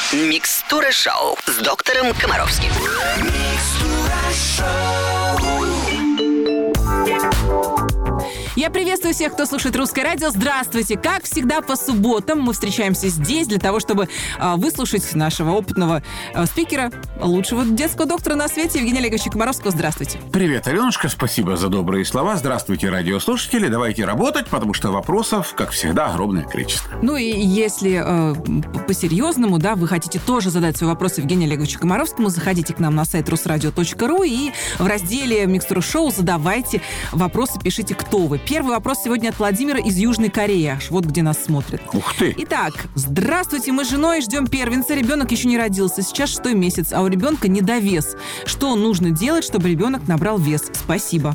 Микстура шоу с доктором Комаровским. Я приветствую всех, кто слушает «Русское радио». Здравствуйте! Как всегда, по субботам мы встречаемся здесь для того, чтобы выслушать нашего опытного спикера, лучшего детского доктора на свете, Евгения Олеговича Комаровского. Здравствуйте! Привет, Аленушка, спасибо за добрые слова. Здравствуйте, радиослушатели. Давайте работать, потому что вопросов, как всегда, огромное количество. Ну и если по-серьезному, да, вы хотите тоже задать свой вопрос Евгению Олеговичу Комаровскому, заходите к нам на сайт rusradio.ru и в разделе «Микстура шоу» задавайте вопросы, пишите, кто вы. Первый вопрос сегодня от Владимира из Южной Кореи. Аж вот где нас смотрят. Ух ты! Итак, здравствуйте, мы с женой ждем первенца. Ребенок еще не родился. Сейчас 6-й месяц, а у ребенка недовес. Что нужно делать, чтобы ребенок набрал вес? Спасибо.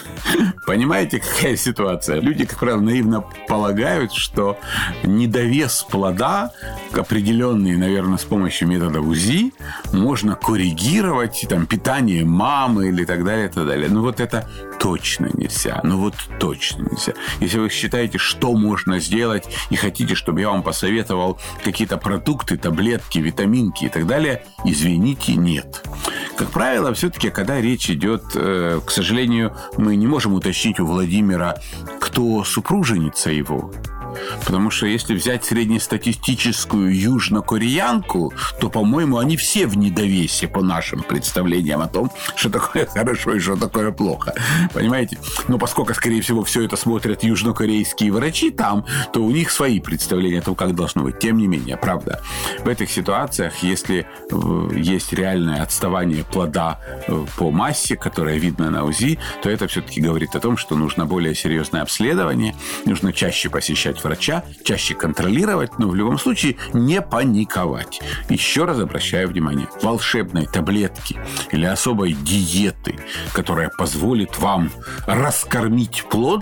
Понимаете, какая ситуация? Люди, как правило, наивно полагают, что недовес плода, определенный, наверное, с помощью метода УЗИ, можно коррегировать там, питание мамы или так далее, и так далее. Ну, вот это точно нельзя. Ну, вот точно нельзя. Если вы считаете, что можно сделать, и хотите, чтобы я вам посоветовал какие-то продукты, таблетки, витаминки и так далее, извините, нет. Как правило, все-таки, когда речь идет, к сожалению, мы не можем уточнить у Владимира, кто супруженица его. Потому что если взять среднестатистическую южнокореянку, то, по-моему, они все в недовесе по нашим представлениям о том, что такое хорошо и что такое плохо. Понимаете? Но поскольку, скорее всего, все это смотрят южнокорейские врачи там, то у них свои представления о том, как должно быть. Тем не менее, правда, в этих ситуациях, если есть реальное отставание плода по массе, которое видно на УЗИ, то это все-таки говорит о том, что нужно более серьезное обследование, нужно чаще посещать врача, чаще контролировать, но в любом случае не паниковать. Еще раз обращаю внимание, волшебной таблетки или особой диеты, которая позволит вам раскормить плод,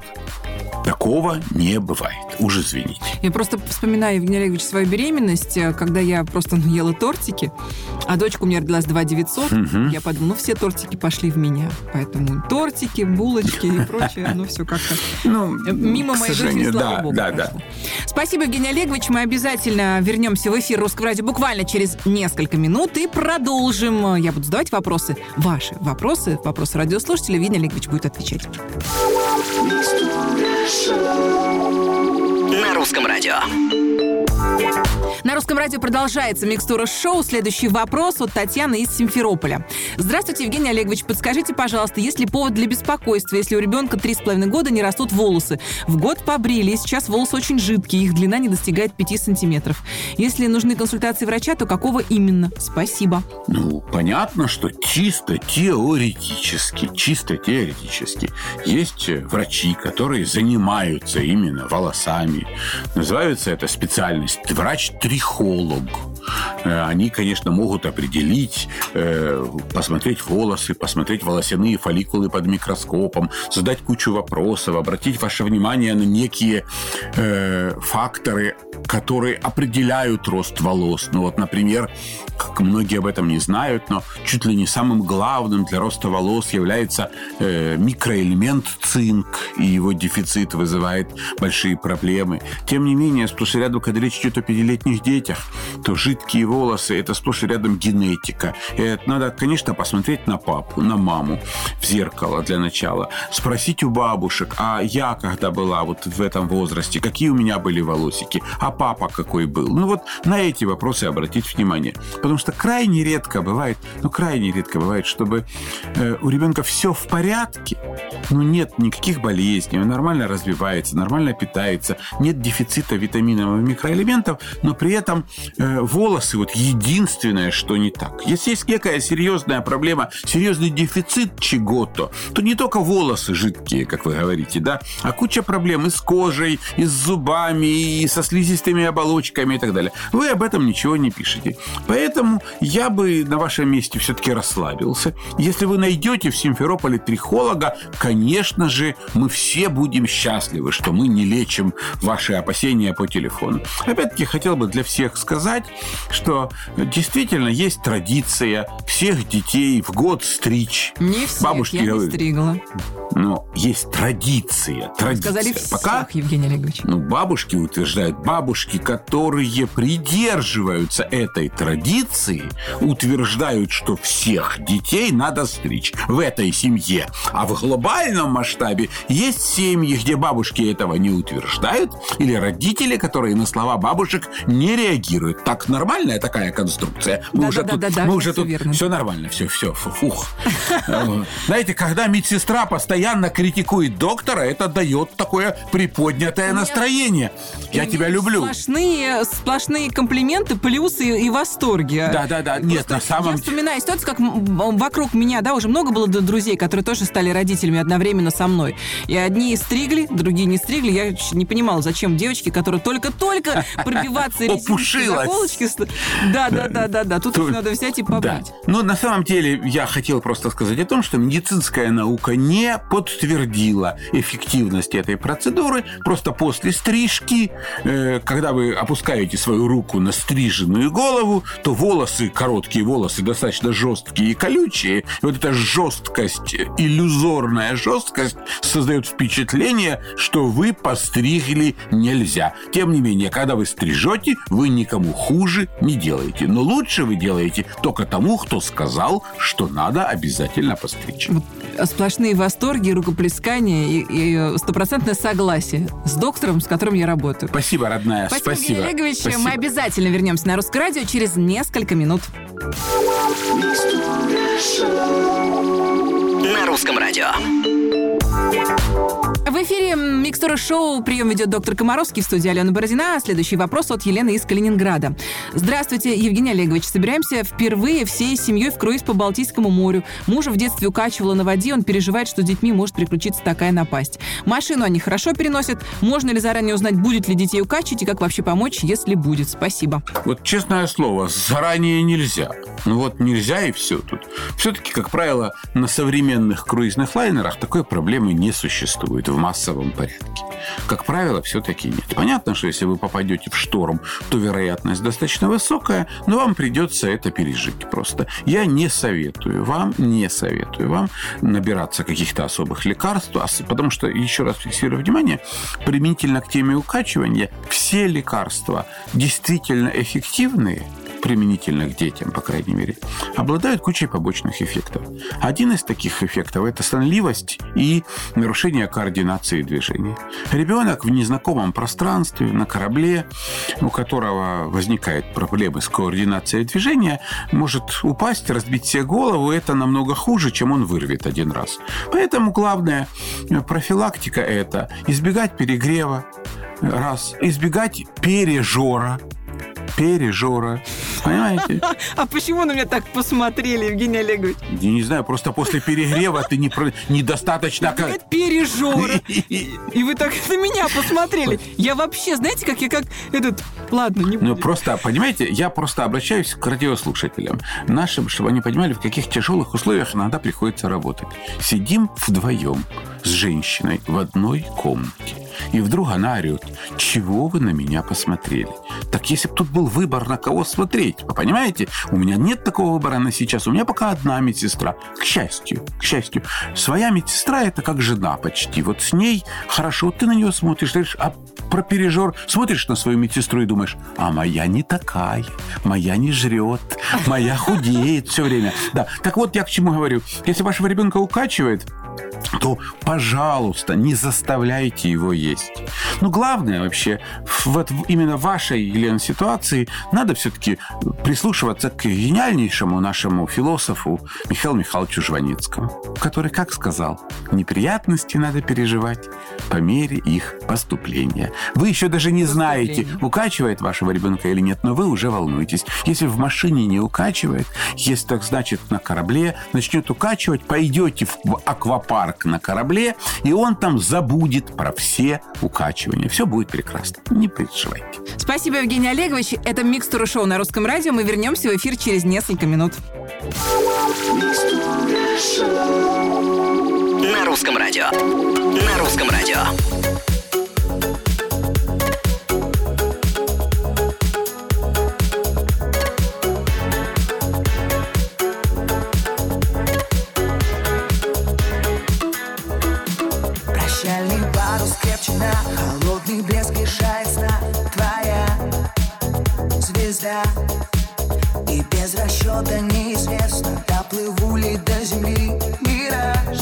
такого не бывает. Уж извините. Я просто вспоминаю, Евгений Олегович, свою беременность, когда я просто ела тортики, а дочка у меня родилась 2900. Я подумала, все тортики пошли в меня. Поэтому тортики, булочки и прочее, все как-то мимо моей дочери, слава богу, прошло. Спасибо, Евгений Олегович. Мы обязательно вернемся в эфир Русского радио буквально через несколько минут и продолжим. Я буду задавать вопросы, ваши вопросы радиослушателей. Евгений Олегович будет отвечать. На Русском радио. На Русском радио продолжается «Микстура шоу». Следующий вопрос от Татьяны из Симферополя. Здравствуйте, Евгений Олегович. Подскажите, пожалуйста, есть ли повод для беспокойства, если у ребенка 3,5 года не растут волосы? В год побрили, и сейчас волосы очень жидкие, их длина не достигает 5 сантиметров. Если нужны консультации врача, то какого именно? Спасибо. Понятно, что чисто теоретически есть врачи, которые занимаются именно волосами. Называется эта специальность врач-трихолог. Они, конечно, могут определить, посмотреть волосы, посмотреть волосяные фолликулы под микроскопом, задать кучу вопросов, обратить ваше внимание на некие факторы, которые определяют рост волос. Например, как многие об этом не знают, но чуть ли не самым главным для роста волос является микроэлемент цинк, и его дефицит вызывает большие проблемы. Тем не менее, сплошь и рядом, когда речь идет о 5-летних детях, то жидкие волосы – это сплошь и рядом генетика. И надо, конечно, посмотреть на папу, на маму в зеркало для начала. Спросить у бабушек, а я когда была вот в этом возрасте, какие у меня были волосики, а папа какой был. На эти вопросы обратить внимание. Потому что крайне редко бывает, чтобы у ребенка все в порядке, но нет никаких болезней, он нормально развивается, нормально питается, нет дефицита витаминов и микроэлементов, но при этом волосы единственное, что не так. Если есть некая серьезная проблема, серьезный дефицит чего-то, то не только волосы жидкие, как вы говорите, да, а куча проблем и с кожей, и с зубами, и со слизистыми оболочками и так далее. Вы об этом ничего не пишете. Поэтому я бы на вашем месте все-таки расслабился. Если вы найдете в Симферополе трихолога, конечно же, мы все будем счастливы, что мы не лечим ваши опасения по телефону. Опять-таки, хотел бы для всех сказать, что действительно есть традиция всех детей в год стричь. Не всех, бабушки я не стригла. Но есть традиция. Сказали всех, Евгений Олегович. Бабушки утверждают, бабушки, которые придерживаются этой традиции, утверждают, что всех детей надо стричь в этой семье. А в глобальном масштабе есть семьи, где бабушки этого не утверждают, или родители, которые на слова бабушек не реагируют. Так нормальная такая конструкция? Мы уже тут все нормально, все, фух. Знаете, когда медсестра постоянно критикует доктора, это дает такое приподнятое настроение. Я тебя люблю. Сплошные комплименты, плюсы и восторги. Да. Нет, на самом деле... Я вспоминаю ситуацию, как вокруг меня, уже много было друзей, которые тоже стали родителями одновременно со мной. И одни стригли, другие не стригли. Я не понимала, зачем девочки, которые только-только пробиваться резиночкой на полочке. Да. Тут их надо взять и побрить. Да. Но на самом деле я хотел просто сказать о том, что медицинская наука не подтвердила эффективность этой процедуры. Просто после стрижки, когда вы опускаете свою руку на стриженную голову, то волосы, короткие волосы, достаточно жесткие и колючие. И вот эта жесткость, иллюзорная жесткость создает впечатление, что вы постригли нельзя. Тем не менее, когда вы стрижете, вы никому хуже не делаете. Но лучше вы делаете только тому, кто сказал, что надо обязательно постричь. Сплошные восторги, рукоплескания и стопроцентное согласие с доктором, с которым я работаю. Спасибо, родная. Спасибо. Евгений Олегович, мы обязательно вернемся на Русское радио через несколько минут. На Русском радио. В эфире «Микстура шоу». Прием ведет доктор Комаровский, в студии Алена Бородина. Следующий вопрос от Елены из Калининграда. Здравствуйте, Евгений Олегович. Собираемся впервые всей семьей в круиз по Балтийскому морю. Мужа в детстве укачивало на воде. Он переживает, что с детьми может приключиться такая напасть. Машину они хорошо переносят. Можно ли заранее узнать, будет ли детей укачивать и как вообще помочь, если будет? Спасибо. Вот честное слово, заранее нельзя. Нельзя и все тут. Все-таки, как правило, на современных круизных лайнерах такой проблемы не существует в массовом порядке. Как правило, все-таки нет. Понятно, что если вы попадете в шторм, то вероятность достаточно высокая, но вам придется это пережить просто. Я не советую вам набираться каких-то особых лекарств, потому что, еще раз фиксирую внимание, применительно к теме укачивания, все лекарства действительно эффективные, применительно к детям, по крайней мере, обладают кучей побочных эффектов. Один из таких эффектов – это сонливость и нарушение координации движения. Ребенок в незнакомом пространстве, на корабле, у которого возникают проблемы с координацией движения, может упасть, разбить себе голову. Это намного хуже, чем он вырвет один раз. Поэтому главная профилактика – это избегать перегрева, избегать пережора, понимаете? А почему на меня так посмотрели, Евгений Олегович? Я не знаю, просто после перегрева ты недостаточно... Пережора. И вы так на меня посмотрели. Я вообще, знаете, Ладно, не буду. Просто, понимаете, я просто обращаюсь к радиослушателям нашим, чтобы они понимали, в каких тяжелых условиях иногда приходится работать. Сидим вдвоем с женщиной в одной комнате. И вдруг она орет: чего вы на меня посмотрели? Так если бы тут был выбор, на кого смотреть, вы понимаете? У меня нет такого выбора на сейчас. У меня пока одна медсестра. К счастью. Своя медсестра – это как жена почти. Вот с ней хорошо, ты на нее смотришь, а про пережор смотришь на свою медсестру и думаешь: а моя не такая, моя не жрет, моя худеет все время. Да. Так вот, я к чему говорю. Если вашего ребенка укачивает, то, пожалуйста, не заставляйте его есть. Главное вообще, именно в вашей, Елена, ситуации надо все-таки прислушиваться к гениальнейшему нашему философу Михаилу Михайловичу Жванецкому, который, как сказал, неприятности надо переживать по мере их поступления. Вы еще даже не знаете, укачивает вашего ребенка или нет, но вы уже волнуетесь. Если в машине не укачивает, если так значит на корабле начнет укачивать, пойдете в аквапарк на корабле, и он там забудет про все укачивания. Все будет прекрасно. Не переживайте. Спасибо, Евгений Олегович. Это «Микстура шоу» на Русском радио. Мы вернемся в эфир через несколько минут. На Русском радио. На Русском радио. Прощальный парус крепче на холодный блеск лишает сна. Твоя что-то неизвестно. Доплыву ли до земли мираж?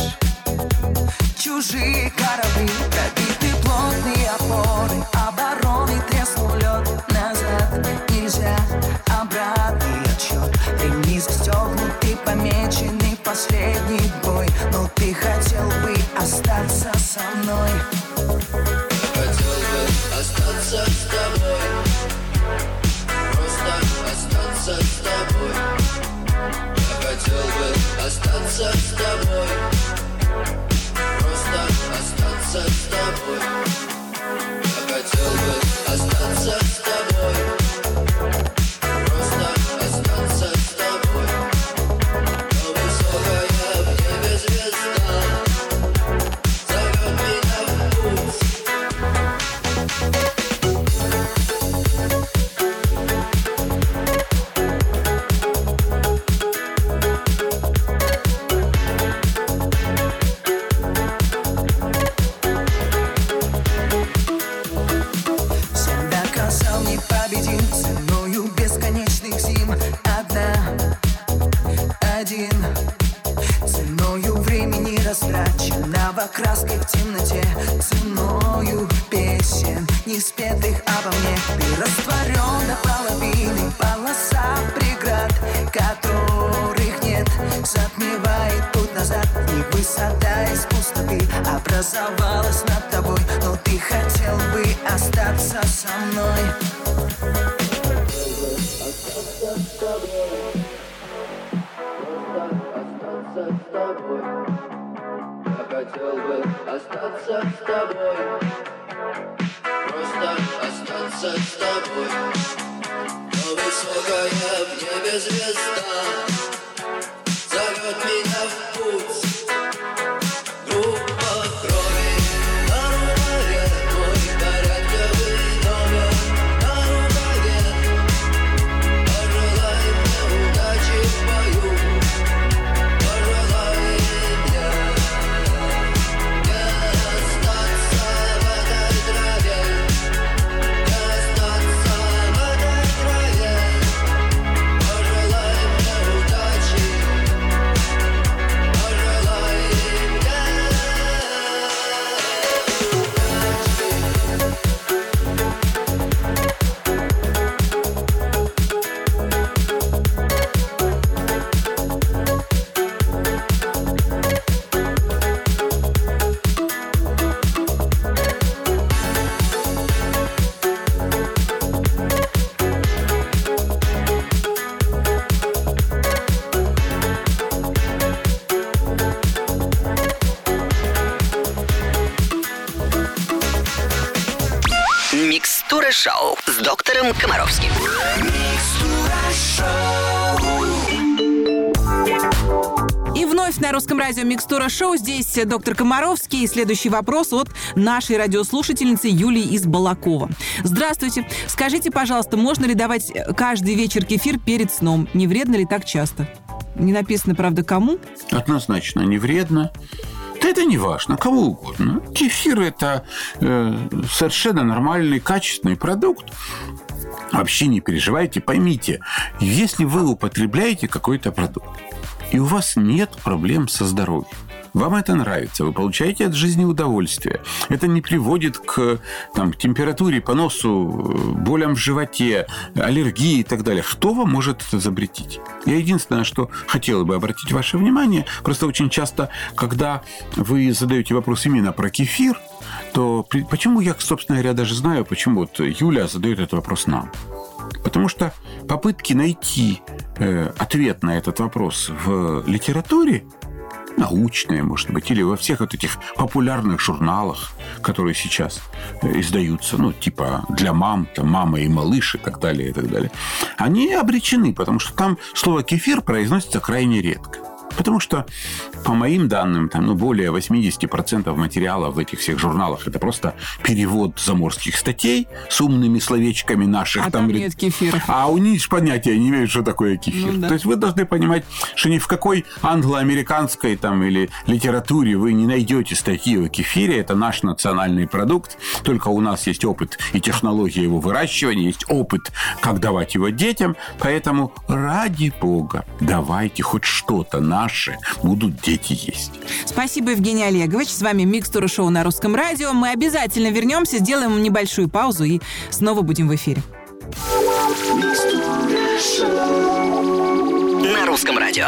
Чужие корабли, пробиты плотные опоры, обороны треснул лед. Назад нельзя, обратный отсчет. Ремни застегнуты, помеченный последний бой. Но ты хотел бы остаться со мной. Хотел бы остаться с тобой, просто остаться с тобой. Я хотел бы остаться с тобой, просто остаться с тобой. Я хотел бы остаться с тобой, просто остаться с тобой. Но высокая в небе звезда зовет меня в путь. Всем доказал, непобедим ценою бесконечных зим. Один ценою времени растраченного краской в темноте, ценою песен, не спетых обо мне. Ты растворен до половины, полоса преград, которых нет, затмевает путь назад. И высота из пустоты образовалась над тобой, но ты хотел бы остаться со мной. Я хотел бы остаться с тобой, просто остаться с тобой. Но высокая в небе звезда зовет меня в путь. Группа крови на рукаве, мой порядковый номер на рукаве. Пожелай мне удачи в бою, пожелай мне остаться в этой траве, остаться в этой траве. Пожелай мне удачи, пожелай мне удачи. Микстура шоу с доктором Комаровским. И вновь на Русском радио «Микстура шоу». Здесь доктор Комаровский. И следующий вопрос от нашей радиослушательницы Юлии из Балакова. Здравствуйте. Скажите, пожалуйста, можно ли давать каждый вечер кефир перед сном? Не вредно ли так часто? Не написано, правда, кому? Однозначно не вредно. Да это не важно, кому угодно. Кефир – это совершенно нормальный, качественный продукт. Вообще не переживайте, поймите, если вы употребляете какой-то продукт, и у вас нет проблем со здоровьем, вам это нравится, вы получаете от жизни удовольствие, это не приводит к температуре, поносу, болям в животе, аллергии и так далее, кто вам может это запретить? Я единственное, что хотела бы обратить ваше внимание, просто очень часто, когда вы задаете вопрос именно про кефир, то почему я, собственно говоря, даже знаю, почему вот Юля задает этот вопрос нам. Потому что попытки найти ответ на этот вопрос в литературе, научные, может быть, или во всех вот этих популярных журналах, которые сейчас издаются, типа для мам, мама и малыш и так далее, они обречены, потому что там слово «кефир» произносится крайне редко. Потому что по моим данным, там, более 80% материала в этих всех журналах это просто перевод заморских статей с умными словечками наших. А там нет кефира. А у них понятия не имеют, что такое кефир. Ну, да. То есть вы должны понимать, что ни в какой англо-американской там, или литературе вы не найдете статьи о кефире. Это наш национальный продукт. Только у нас есть опыт и технология его выращивания, есть опыт, как давать его детям. Поэтому, ради бога, давайте хоть что-то наше будут дети есть. Спасибо, Евгений Олегович. С вами «Микстура шоу» на Русском радио. Мы обязательно вернемся, сделаем небольшую паузу и снова будем в эфире. На Русском радио.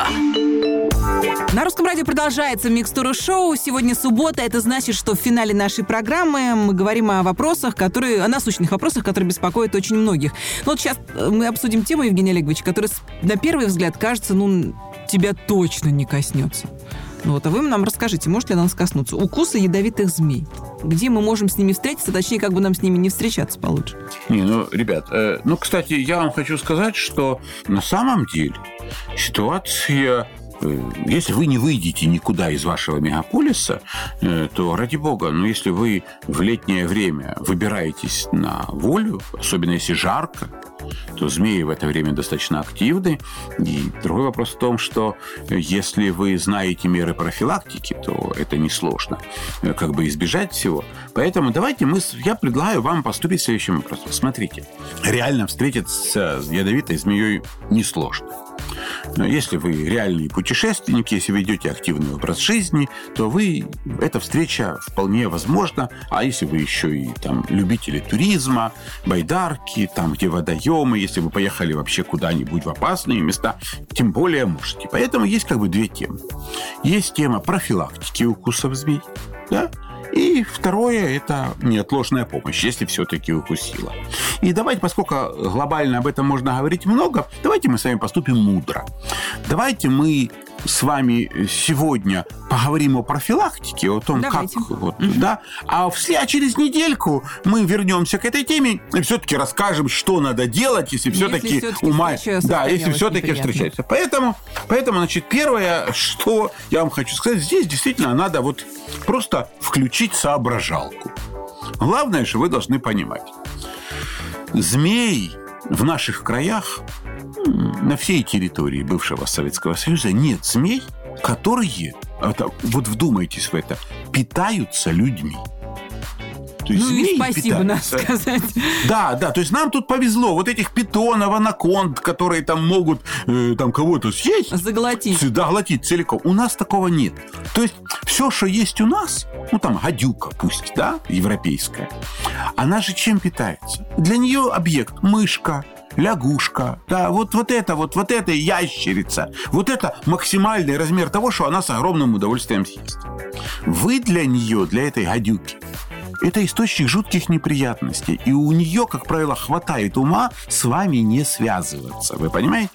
На Русском радио продолжается «Микстура шоу». Сегодня суббота. Это значит, что в финале нашей программы мы говорим о вопросах, о насущных вопросах, которые беспокоят очень многих. Но вот сейчас мы обсудим тему, Евгений Олегович, которая на первый взгляд кажется, тебя точно не коснется. А вы нам расскажите, может ли она нас коснуться? Укусы ядовитых змей. Где мы можем с ними встретиться, точнее, как бы нам с ними не встречаться получше? Ребят, кстати, я вам хочу сказать, что на самом деле ситуация... Если вы не выйдете никуда из вашего мегаполиса, то, ради бога, если вы в летнее время выбираетесь на волю, особенно если жарко, то змеи в это время достаточно активны. И другой вопрос в том, что если вы знаете меры профилактики, то это несложно избежать всего. Поэтому я предлагаю вам поступить следующим образом. Смотрите, реально встретиться с ядовитой змеей несложно. Но если вы реальный путешественник, если вы ведете активный образ жизни, то эта встреча вполне возможна. А если вы еще и любители туризма, байдарки, где водоемы, если вы поехали вообще куда-нибудь в опасные места, тем более можете. Поэтому есть две темы. Есть тема профилактики укусов змей, да? И второе – это неотложная помощь, если все-таки укусила. И давайте, поскольку глобально об этом можно говорить много, давайте мы с вами поступим мудро. Давайте мы с вами сегодня поговорим о профилактике, о том, давайте. А через недельку мы вернемся к этой теме и все-таки расскажем, что надо делать, если все-таки встречаются. Поэтому, первое, что я вам хочу сказать, здесь действительно надо просто включить соображалку. Главное, что вы должны понимать. Змей в наших краях, на всей территории бывшего Советского Союза, нет змей, которые, вдумайтесь в это, питаются людьми. То есть и спасибо, надо сказать. Да, то есть нам тут повезло. Этих питонов, анаконд, которые могут кого-то съесть. Заглотить. Глотить целиком. У нас такого нет. То есть все, что есть у нас, гадюка пусть, да, европейская, она же чем питается? Для нее объект мышка, лягушка, да, вот эта ящерица, это максимальный размер того, что она с огромным удовольствием съест. Вы для нее, для этой гадюки, это источник жутких неприятностей. И у нее, как правило, хватает ума с вами не связываться. Вы понимаете?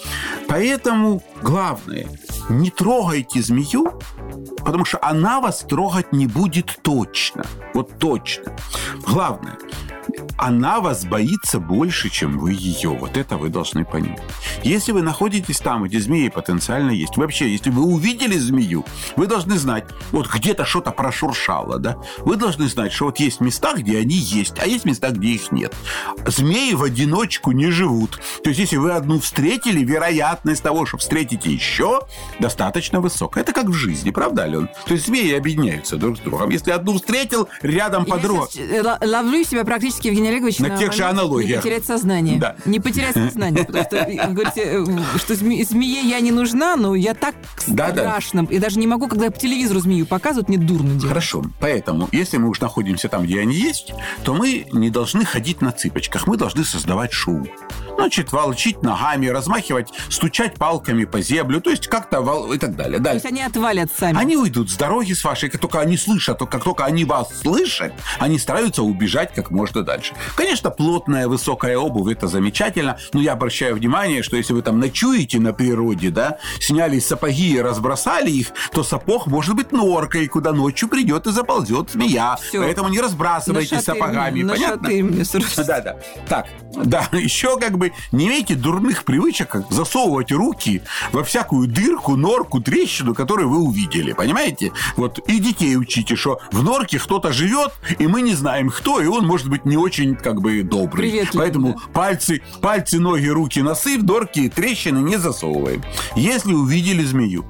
Поэтому главное, не трогайте змею, потому что она вас трогать не будет точно. Точно. Главное, она вас боится больше, чем вы ее. Это вы должны понять. Если вы находитесь там, где змеи потенциально есть, вообще, если вы увидели змею, вы должны знать, где-то что-то прошуршало, да? Вы должны знать, что есть места, где они есть, а есть места, где их нет. Змеи в одиночку не живут. То есть, если вы одну встретили, вероятность того, что встретите еще, достаточно высокая. Это как в жизни, правда, Ален? То есть, змеи объединяются друг с другом. Если одну встретил, рядом подруга. Я ловлю себя практически, Евгений Олегович, на тех же аналогиях. Не потерять сознание. Да. Не потерять сознание. Потому что вы говорите, что змее я не нужна, но я так страшно. И даже не могу, когда по телевизору змею показывают, мне дурно делать. Хорошо. Поэтому, если мы уж находимся там, где они есть, то мы не должны ходить на цыпочках. Мы должны создавать шум. Волчить ногами, размахивать, стучать палками по землю, то есть как-то и так далее. То есть они отвалят сами. Они уйдут с дороги с вашей, как только они слышат, как только они вас слышат, они стараются убежать как можно дальше. Конечно, плотная высокая обувь – это замечательно, но я обращаю внимание, что если вы там ночуете на природе, да, сняли сапоги и разбросали их, то сапог может быть норкой, куда ночью придет и заползет змея. Всё. Поэтому не разбрасывайтесь сапогами. Понятно? Мне срочно. Да. Так, да, еще как бы не имейте дурных привычек, как засовывать руки во всякую дырку, норку, трещину, которую вы увидели. Понимаете? Вот и детей учите, что в норке кто-то живет, и мы не знаем, кто, и он может быть не очень как бы добрый. Приветливый, Поэтому да. пальцы, ноги, руки, носы в норки, трещины не засовываем. Если увидели змею,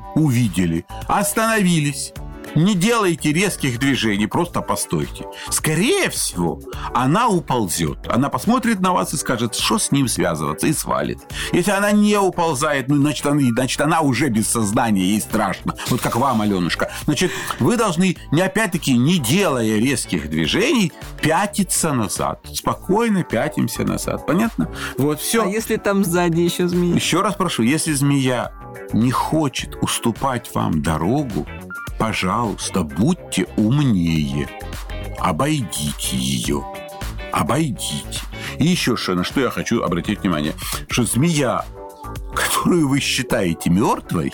остановились. Не делайте резких движений, просто постойте. Скорее всего, она уползет. Она посмотрит на вас и скажет, что с ним связываться, и свалит. Если она не уползает, значит, она уже без сознания, ей страшно. Вот как вам, Аленушка. Значит, вы должны, опять-таки, не делая резких движений, пятиться назад. Спокойно пятимся назад. Понятно? Вот, все. А если там сзади еще змея? Еще раз прошу, если змея не хочет уступать вам дорогу, пожалуйста, будьте умнее. Обойдите ее. Обойдите. И еще что, на что я хочу обратить внимание. Что змея, которую вы считаете мертвой,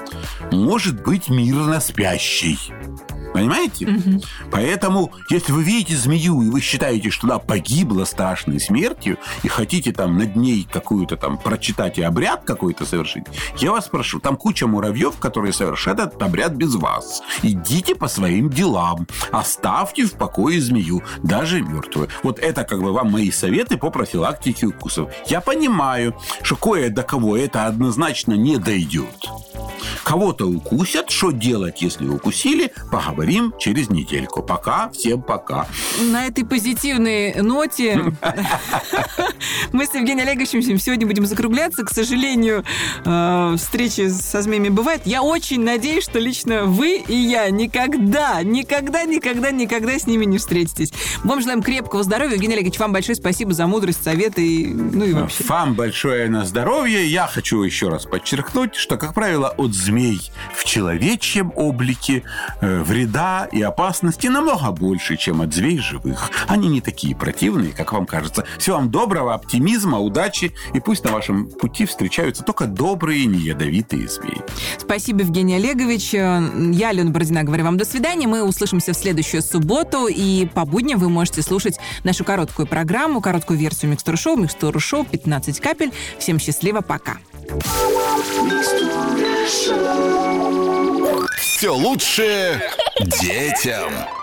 может быть мирно спящей. Понимаете? Поэтому, если вы видите змею, и вы считаете, что она погибла страшной смертью, и хотите там над ней какую-то там прочитать и обряд какой-то совершить, я вас прошу, там куча муравьев, которые совершат этот обряд без вас. Идите по своим делам. Оставьте в покое змею, даже мертвую. Вот это как бы вам мои советы по профилактике укусов. Я понимаю, что кое до кого это однозначно не дойдет. Кого-то укусят. Что делать, если укусили? Поговорим через недельку. Пока. Всем пока. На этой позитивной ноте мы с Евгением Олеговичем сегодня будем закругляться. К сожалению, встречи со змеями бывают. Я очень надеюсь, что лично вы и я никогда с ними не встретитесь. Вам желаем крепкого здоровья. Евгений Олегович, вам большое спасибо за мудрость, советы и вообще. Вам большое на здоровье. Я хочу еще раз подчеркнуть, что, как правило, от змей в человечьем облике вреда и опасности намного больше, чем от змей живых. Они не такие противные, как вам кажется. Всего вам доброго, оптимизма, удачи, и пусть на вашем пути встречаются только добрые, неядовитые змеи. Спасибо, Евгений Олегович. Я, Алена Бородина, говорю вам до свидания. Мы услышимся в следующую субботу, и по будням вы можете слушать нашу короткую программу, короткую версию «Микстура шоу» 15 капель. Всем счастливо, пока. Все лучшее детям.